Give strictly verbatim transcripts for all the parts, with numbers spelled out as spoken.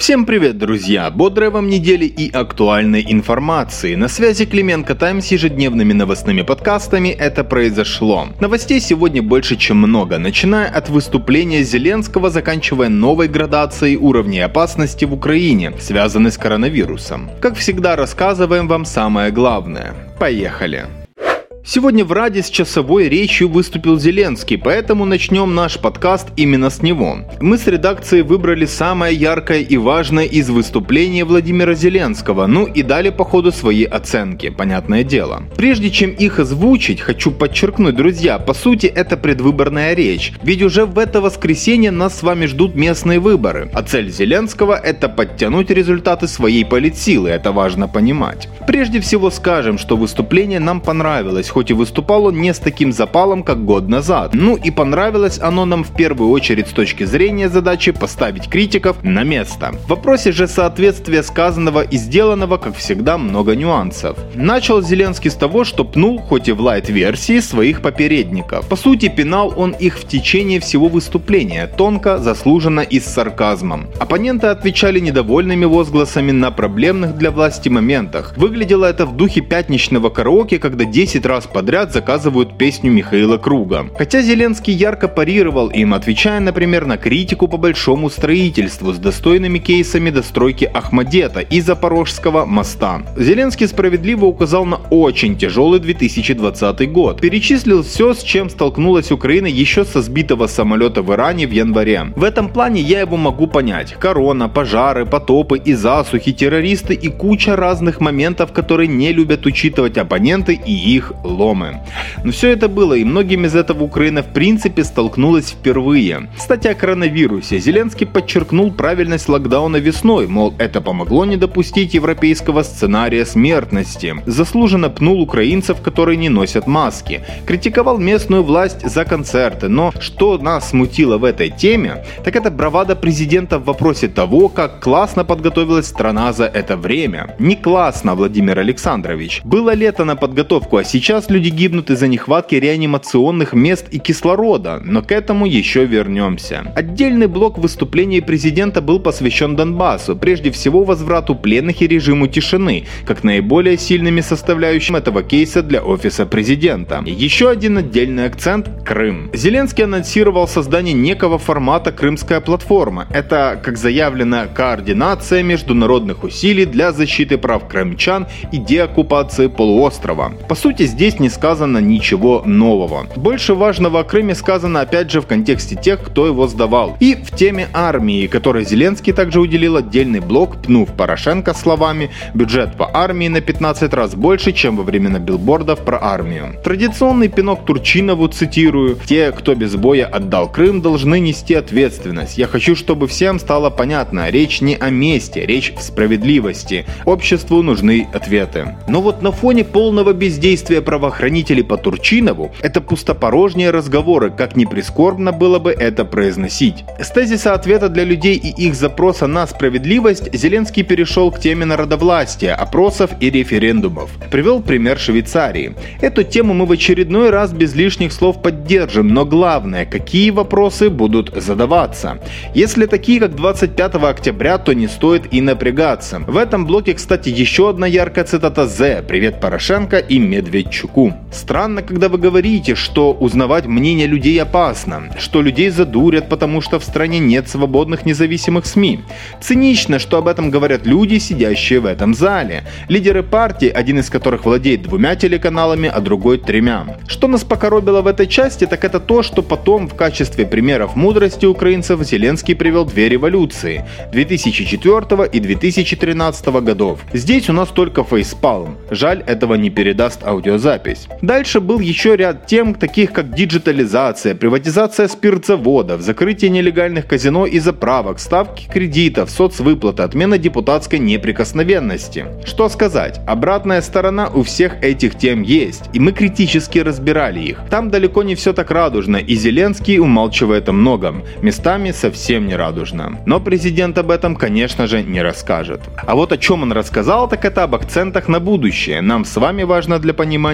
Всем привет, друзья! Бодрой вам недели и актуальной информации. На связи Клименко Тайм с ежедневными новостными подкастами «Это произошло». Новостей сегодня больше, чем много, начиная от выступления Зеленского, заканчивая новой градацией уровней опасности в Украине, связанной с коронавирусом. Как всегда, рассказываем вам самое главное. Поехали! Сегодня в Раде с часовой речью выступил Зеленский, поэтому начнем наш подкаст именно с него. Мы с редакцией выбрали самое яркое и важное из выступлений Владимира Зеленского, ну и дали по ходу свои оценки, понятное дело. Прежде чем их озвучить, хочу подчеркнуть, друзья, по сути это предвыборная речь, ведь уже в это воскресенье нас с вами ждут местные выборы, а цель Зеленского это подтянуть результаты своей политсилы, это важно понимать. Прежде всего скажем, что выступление нам понравилось, хоть и выступал он не с таким запалом, как год назад. Ну и понравилось оно нам в первую очередь с точки зрения задачи поставить критиков на место. В вопросе же соответствия сказанного и сделанного, как всегда, много нюансов. Начал Зеленский с того, что пнул, хоть и в лайт-версии, своих попередников. По сути, пинал он их в течение всего выступления, тонко, заслуженно и с сарказмом. Оппоненты отвечали недовольными возгласами на проблемных для власти моментах. Выглядело это в духе пятничного караоке, когда десять раз подряд заказывают песню Михаила Круга. Хотя Зеленский ярко парировал им, отвечая, например, на критику по большому строительству с достойными кейсами достройки Ахмадета и Запорожского моста. Зеленский справедливо указал на очень тяжелый две тысячи двадцатый год. Перечислил все, с чем столкнулась Украина еще со сбитого самолета в Иране в январе. В этом плане я его могу понять. Корона, пожары, потопы и засухи, террористы и куча разных моментов, которые не любят учитывать оппоненты и их ломы. Но все это было, и многим из этого Украина в принципе столкнулась впервые. Кстати, о коронавирусе. Зеленский подчеркнул правильность локдауна весной, мол, это помогло не допустить европейского сценария смертности. Заслуженно пнул украинцев, которые не носят маски. Критиковал местную власть за концерты, но что нас смутило в этой теме, так это бравада президента в вопросе того, как классно подготовилась страна за это время. Не классно, Владимир Александрович. Было лето на подготовку, а сейчас люди гибнут из-за нехватки реанимационных мест и кислорода, но к этому еще вернемся. Отдельный блок выступлений президента был посвящен Донбассу, прежде всего возврату пленных и режиму тишины, как наиболее сильными составляющими этого кейса для офиса президента. И еще один отдельный акцент – Крым. Зеленский анонсировал создание некого формата «Крымская платформа». Это, как заявлено, координация международных усилий для защиты прав крымчан и деоккупации полуострова. По сути, здесь не сказано ничего нового. Больше важного о Крыме сказано опять же в контексте тех, кто его сдавал. И в теме армии, которой Зеленский также уделил отдельный блок, пнув Порошенко словами «бюджет по армии на пятнадцать раз больше, чем во времена билбордов про армию». Традиционный пинок Турчинову, цитирую: «Те, кто без боя отдал Крым, должны нести ответственность. Я хочу, чтобы всем стало понятно, речь не о мести, речь в справедливости. Обществу нужны ответы». Но вот на фоне полного бездействия правоохранителей по Турчинову это пустопорожние разговоры, как ни прискорбно было бы это произносить. С тезиса ответа для людей и их запроса на справедливость Зеленский перешел к теме народовластия, опросов и референдумов. Привел пример Швейцарии. Эту тему мы в очередной раз без лишних слов поддержим, но главное, какие вопросы будут задаваться. Если такие, как двадцать пятого октября, то не стоит и напрягаться. В этом блоке, кстати, еще одна яркая цитата Зе «Привет Порошенко и Медведчуку». Странно, когда вы говорите, что узнавать мнение людей опасно, что людей задурят, потому что в стране нет свободных независимых СМИ. Цинично, что об этом говорят люди, сидящие в этом зале. Лидеры партии, один из которых владеет двумя телеканалами, а другой тремя. Что нас покоробило в этой части, так это то, что потом в качестве примеров мудрости украинцев Зеленский привел две революции – две тысячи четвёртого и две тысячи тринадцатого годов. Здесь у нас только фейспалм. Жаль, этого не передаст аудиозапись. Дальше был еще ряд тем, таких как диджитализация, приватизация спиртзаводов, закрытие нелегальных казино и заправок, ставки кредитов, соцвыплаты, отмена депутатской неприкосновенности. Что сказать, обратная сторона у всех этих тем есть, и мы критически разбирали их. Там далеко не все так радужно, и Зеленский умалчивает о многом, местами совсем не радужно. Но президент об этом, конечно же, не расскажет. А вот о чем он рассказал, так это об акцентах на будущее. Нам с вами важно для понимания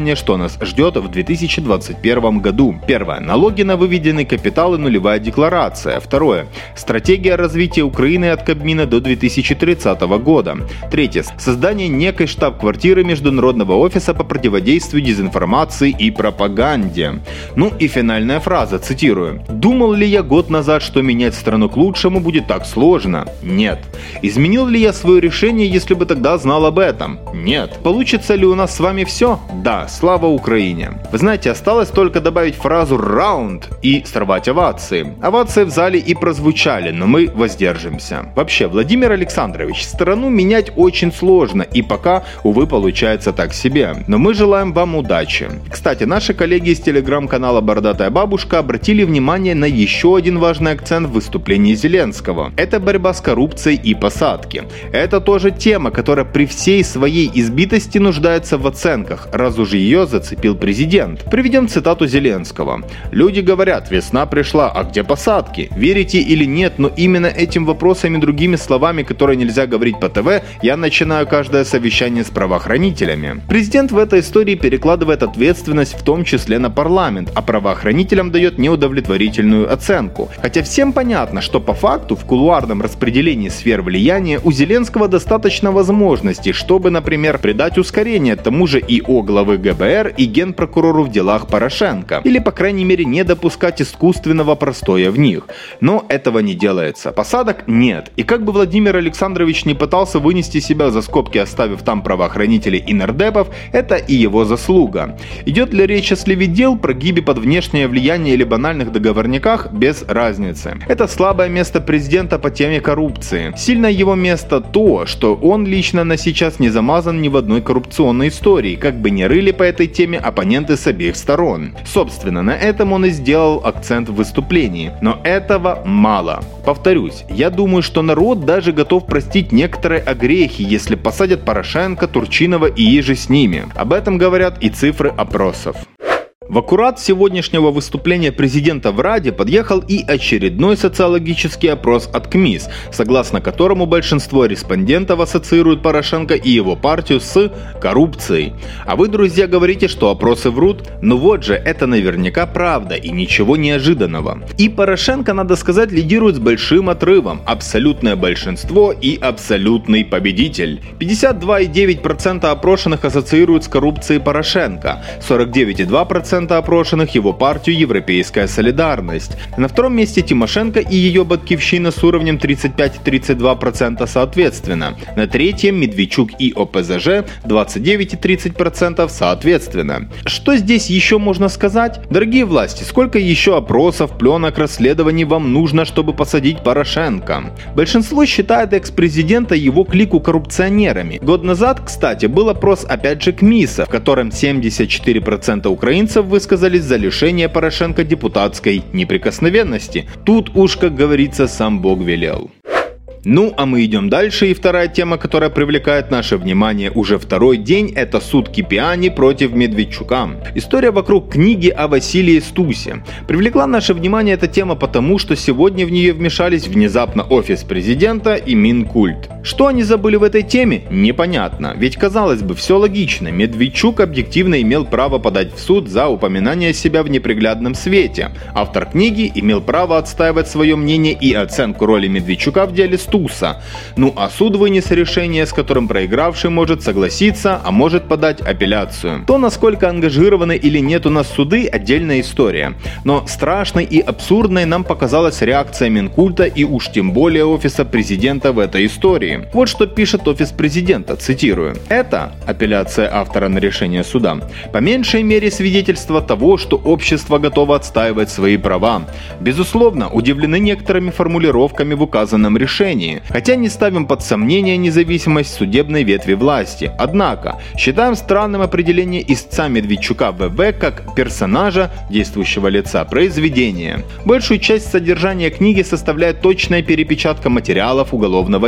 внимание, что нас ждет в две тысячи двадцать первом году. Первое. Налоги на выведенный капитал и нулевая декларация. Второе. Стратегия развития Украины от Кабмина до две тысячи тридцатого года. Третье. Создание некой штаб-квартиры Международного офиса по противодействию дезинформации и пропаганде. Ну и финальная фраза, цитирую. «Думал ли я год назад, что менять страну к лучшему будет так сложно? Нет. Изменил ли я свое решение, если бы тогда знал об этом? Нет. Получится ли у нас с вами все? Да. Слава Украине». Вы знаете, осталось только добавить фразу «раунд» и сорвать овации. Овации в зале и прозвучали, но мы воздержимся. Вообще, Владимир Александрович, страну менять очень сложно, и пока, увы, получается так себе. Но мы желаем вам удачи. Кстати, наши коллеги из телеграм-канала «Бородатая бабушка» обратили внимание на еще один важный акцент в выступлении Зеленского. Это борьба с коррупцией и посадки. Это тоже тема, которая при всей своей избитости нуждается в оценках, раз уж ее зацепил президент. Приведем цитату Зеленского. «Люди говорят, весна пришла, а где посадки? Верите или нет, но именно этим вопросами и другими словами, которые нельзя говорить по ТВ, я начинаю каждое совещание с правоохранителями». Президент в этой истории перекладывает ответственность в том числе на парламент, а правоохранителям дает неудовлетворительную оценку. Хотя всем понятно, что по факту в кулуарном распределении сфер влияния у Зеленского достаточно возможностей, чтобы, например, придать ускорение тому же ИО главы ГБР и генпрокурору в делах Порошенко. Или, по крайней мере, не допускать искусственного простоя в них. Но этого не делается. Посадок нет. И как бы Владимир Александрович не пытался вынести себя за скобки, оставив там правоохранителей и нардепов, это и его заслуга. Идет ли речь о сливе дел, прогибе под внешнее влияние или банальных договорниках, без разницы. Это слабое место президента по теме коррупции. Сильное его место то, что он лично на сейчас не замазан ни в одной коррупционной истории, как бы ни рыли по этой теме оппоненты с обеих сторон. Собственно, на этом он и сделал акцент в выступлении. Но этого мало. Повторюсь, я думаю, что народ даже готов простить некоторые огрехи, если посадят Порошенко, Турчинова и иже с ними. Об этом говорят и цифры опросов. В аккурат сегодняшнего выступления президента в Раде подъехал и очередной социологический опрос от КМИС, согласно которому большинство респондентов ассоциируют Порошенко и его партию с коррупцией. А вы, друзья, говорите, что опросы врут? Ну вот же, это наверняка правда и ничего неожиданного. И Порошенко, надо сказать, лидирует с большим отрывом. Абсолютное большинство и абсолютный победитель. пятьдесят два и девять десятых процента опрошенных ассоциируют с коррупцией Порошенко, сорок девять и два процента опрошенных его партию «Европейская солидарность». На втором месте Тимошенко и ее батькивщина с уровнем тридцать пять и тридцать два процента соответственно. На третьем Медведчук и ОПЗЖ двадцать девять и тридцать процентов соответственно. Что здесь еще можно сказать? Дорогие власти, сколько еще опросов, пленок, расследований вам нужно, чтобы посадить Порошенко? Большинство считает экс-президента и его клику коррупционерами. Год назад, кстати, был опрос опять же КМИСа, в котором семьдесят четыре процента украинцев высказались за лишение Порошенко депутатской неприкосновенности. Тут уж, как говорится, сам Бог велел. Ну, а мы идем дальше, и вторая тема, которая привлекает наше внимание уже второй день, это суд Кипиани против Медведчука. История вокруг книги о Василии Стусе. Привлекла наше внимание эта тема потому, что сегодня в нее вмешались внезапно офис президента и Минкульт. Что они забыли в этой теме, непонятно, ведь казалось бы все логично, Медведчук объективно имел право подать в суд за упоминание себя в неприглядном свете. Автор книги имел право отстаивать свое мнение и оценку роли Медведчука в деле Стуса. Ну а суд вынес решение, с которым проигравший может согласиться, а может подать апелляцию. То, насколько ангажированы или нет у нас суды, отдельная история. Но страшной и абсурдной нам показалась реакция Минкульта и уж тем более офиса президента в этой истории. Вот что пишет офис президента, цитирую. Это, апелляция автора на решение суда, по меньшей мере свидетельство того, что общество готово отстаивать свои права. Безусловно, удивлены некоторыми формулировками в указанном решении. Хотя не ставим под сомнение независимость судебной ветви власти. Однако, считаем странным определение истца Медведчука ВВ как персонажа, действующего лица, произведения. Большую часть содержания книги составляет точная перепечатка материалов уголовного дела.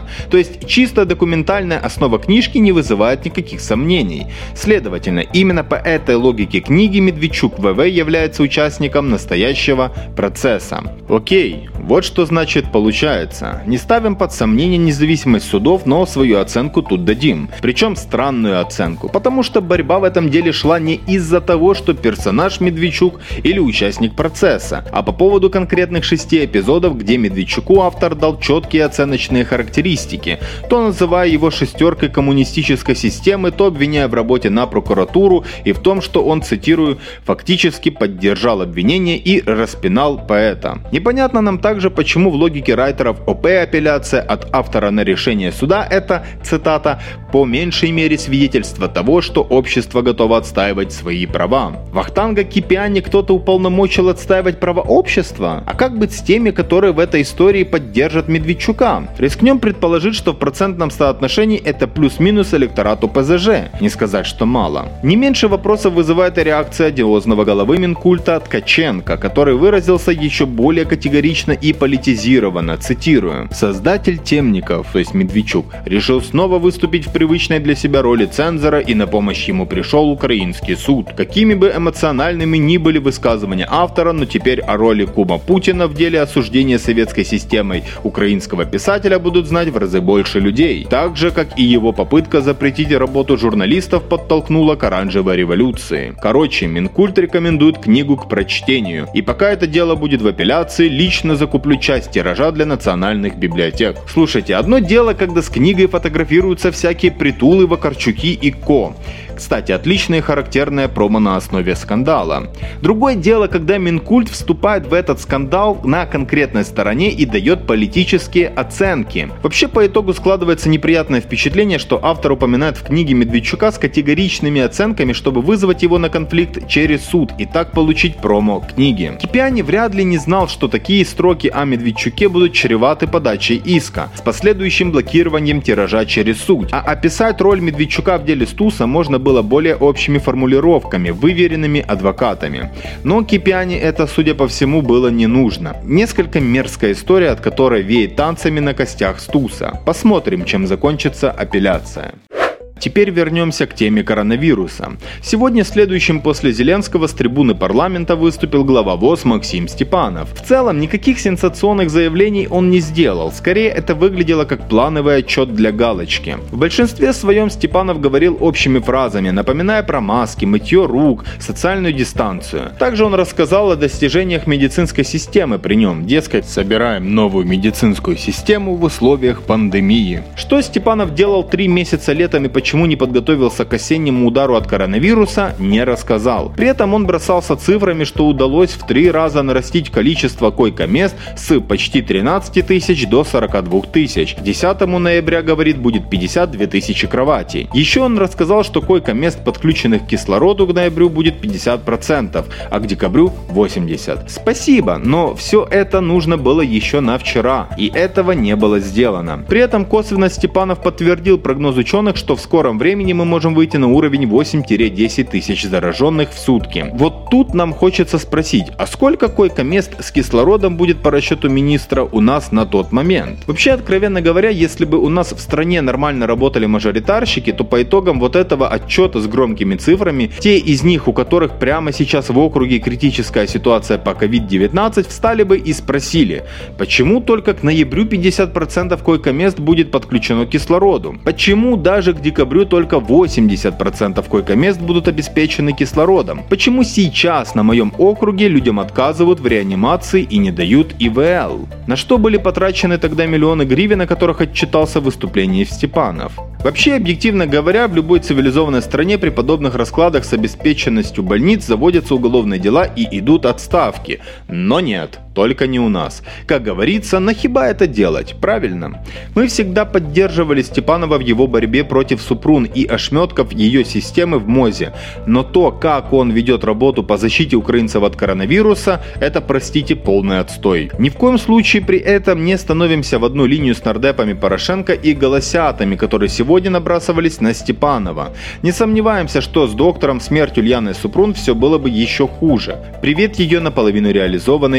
То есть чисто документальная основа книжки не вызывает никаких сомнений. Следовательно, именно по этой логике книги Медведчук вэ вэ является участником настоящего процесса. Окей, вот что значит получается. Не ставим под сомнение независимость судов, но свою оценку тут дадим. Причем странную оценку, потому что борьба в этом деле шла не из-за того, что персонаж Медведчук или участник процесса, а по поводу конкретных шести эпизодов, где Медведчуку автор дал четкие оценочные характеристики, то называя его шестеркой коммунистической системы, то обвиняя в работе на прокуратуру и в том, что он, цитирую, фактически поддержал обвинение и распинал поэта. Непонятно нам также, почему в логике райтеров ОП апелляция от автора на решение суда — это, цитата, по меньшей мере свидетельство того, что общество готово отстаивать свои права. Вахтанга Кипиани кто-то уполномочил отстаивать права общества? А как быть с теми, которые в этой истории поддержат Медведчука? Рискнем предположить, что в процентном соотношении это плюс-минус электорату пэ зэ жэ, не сказать, что мало. Не меньше вопросов вызывает и реакция одиозного головы Минкульта Ткаченко, который выразился еще более категорично и политизированно, цитирую: «Создатель темников, то есть Медведчук, решил снова выступить в привычной для себя роли цензора, и на помощь ему пришел украинский суд. Какими бы эмоциональными ни были высказывания автора, но теперь о роли кума Путина в деле осуждения советской системой украинского писателя будут знать в разы больше людей. Так же, как и его попытка запретить работу журналистов подтолкнула к оранжевой революции. Короче, Минкульт рекомендует книгу к прочтению. И пока это дело будет в апелляции, лично закуплю часть тиража для национальных библиотек». Слушайте, одно дело, когда с книгой фотографируются всякие Притулы, Вакарчуки и ко. Кстати, отличное и характерное промо на основе скандала. Другое дело, когда Минкульт вступает в этот скандал на конкретной стороне и дает политические оценки. Вообще, по итогу складывается неприятное впечатление, что автор упоминает в книге Медведчука с категоричными оценками, чтобы вызвать его на конфликт через суд и так получить промо книги. Кипиани вряд ли не знал, что такие строки о Медведчуке будут чреваты подачей иска с последующим блокированием тиража через суд. А описать роль Медведчука в деле Стуса можно было было более общими формулировками, выверенными адвокатами. Но Кипиани это, судя по всему, было не нужно. Несколько мерзкая история, от которой веет танцами на костях Стуса. Посмотрим, чем закончится апелляция. Теперь вернемся к теме коронавируса. Сегодня следующим после Зеленского с трибуны парламента выступил глава ВОЗ Максим Степанов. В целом никаких сенсационных заявлений он не сделал, скорее это выглядело как плановый отчет для галочки. В большинстве своем Степанов говорил общими фразами, напоминая про маски, мытье рук, социальную дистанцию. Также он рассказал о достижениях медицинской системы при нем, дескать, собираем новую медицинскую систему в условиях пандемии. Что Степанов делал три месяца летом и почему Почему не подготовился к осеннему удару от коронавируса, не рассказал. При этом он бросался цифрами, что удалось в три раза нарастить количество койко-мест с почти тринадцати тысяч до сорока двух тысяч. К десятому ноября, говорит, будет пятьдесят две тысячи кроватей. Еще он рассказал, что койко-мест, подключенных к кислороду, к ноябрю будет пятьдесят процентов, а к декабрю восемьдесят процентов. Спасибо, но все это нужно было еще на вчера, и этого не было сделано. При этом косвенно Степанов подтвердил прогноз ученых, что в скором В скором времени мы можем выйти на уровень восемь-десять тысяч зараженных в сутки. Вот тут нам хочется спросить, а сколько койко-мест с кислородом будет по расчету министра у нас на тот момент? Вообще, откровенно говоря, если бы у нас в стране нормально работали мажоритарщики, то по итогам вот этого отчета с громкими цифрами, те из них, у которых прямо сейчас в округе критическая ситуация по ковид девятнадцать, встали бы и спросили, почему только к ноябрю пятьдесят процентов койко-мест будет подключено к кислороду? Почему даже к декабрю только восемьдесят процентов койко-мест будут обеспечены кислородом? Почему сейчас на моем округе людям отказывают в реанимации и не дают и вэ эл? На что были потрачены тогда миллионы гривен, о которых отчитался в выступлении Степанов? Вообще, объективно говоря, в любой цивилизованной стране при подобных раскладах с обеспеченностью больниц заводятся уголовные дела и идут отставки. Но нет, только не у нас. Как говорится, нахиба это делать, правильно? Мы всегда поддерживали Степанова в его борьбе против Супрун и ошметков ее системы в МОЗе. Но то, как он ведет работу по защите украинцев от коронавируса, это, простите, полный отстой. Ни в коем случае при этом не становимся в одну линию с нардепами Порошенко и голосятами, которые сегодня Сегодня набрасывались на Степанова. Не сомневаемся, что с доктором смерть Ульяны Супрун все было бы еще хуже. Привет ее наполовину реализованной медреформе.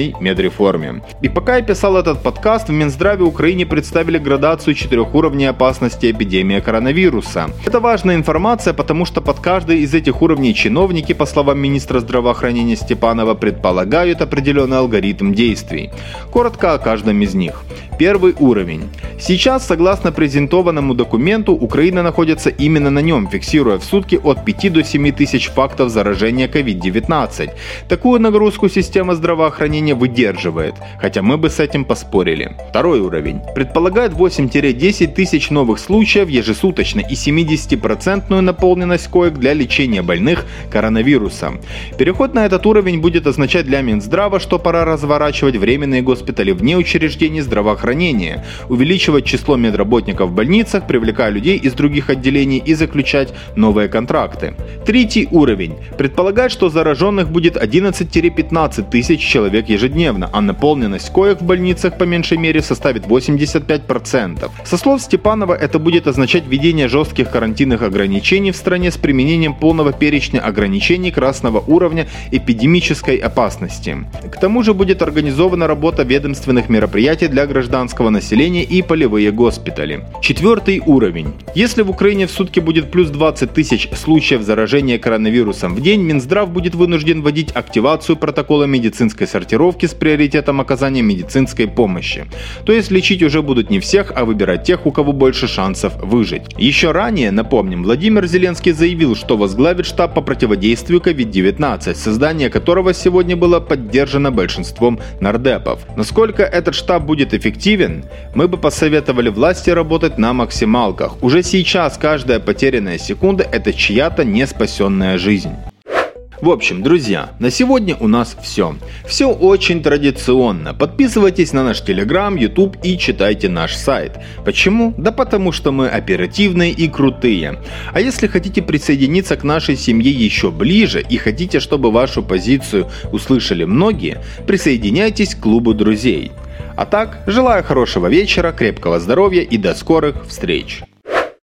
реформе. И пока я писал этот подкаст, в Минздраве Украины представили градацию четырех уровней опасности эпидемии коронавируса. Это важная информация, потому что под каждый из этих уровней чиновники, по словам министра здравоохранения Степанова, предполагают определенный алгоритм действий. Коротко о каждом из них. Первый уровень. Сейчас, согласно презентованному документу, Украина находится именно на нем, фиксируя в сутки от пяти до семи тысяч фактов заражения ковид девятнадцать. Такую нагрузку система здравоохранения выдерживает, хотя мы бы с этим поспорили. Второй уровень. Предполагает восемь-десять тысяч новых случаев ежесуточно и семидесятипроцентную наполненность коек для лечения больных коронавирусом. Переход на этот уровень будет означать для Минздрава, что пора разворачивать временные госпитали вне учреждений здравоохранения, увеличивать число медработников в больницах, привлекая людей из других отделений и заключать новые контракты. Третий уровень. Предполагает, что зараженных будет одиннадцать-пятнадцать тысяч человек ежедневно, а наполненность коек в больницах по меньшей мере составит восемьдесят пять процентов. Со слов Степанова, это будет означать введение жестких карантинных ограничений в стране с применением полного перечня ограничений красного уровня эпидемической опасности. К тому же будет организована работа ведомственных мероприятий для гражданского населения и полевые госпитали. Четвертый уровень. Если в Украине в сутки будет плюс двадцать тысяч случаев заражения коронавирусом в день, Минздрав будет вынужден вводить активацию протокола медицинской сортировки с приоритетом оказания медицинской помощи. То есть лечить уже будут не всех, а выбирать тех, у кого больше шансов выжить. Еще ранее, напомним, Владимир Зеленский заявил, что возглавит штаб по противодействию ковид девятнадцать, создание которого сегодня было поддержано большинством нардепов. Насколько этот штаб будет эффективен, мы бы посоветовали власти работать на максималках. Уже сейчас каждая потерянная секунда – это чья-то неспасенная жизнь. В общем, друзья, на сегодня у нас все. Все очень традиционно. Подписывайтесь на наш Telegram, YouTube и читайте наш сайт. Почему? Да потому что мы оперативные и крутые. А если хотите присоединиться к нашей семье еще ближе и хотите, чтобы вашу позицию услышали многие, присоединяйтесь к клубу друзей. А так, желаю хорошего вечера, крепкого здоровья и до скорых встреч.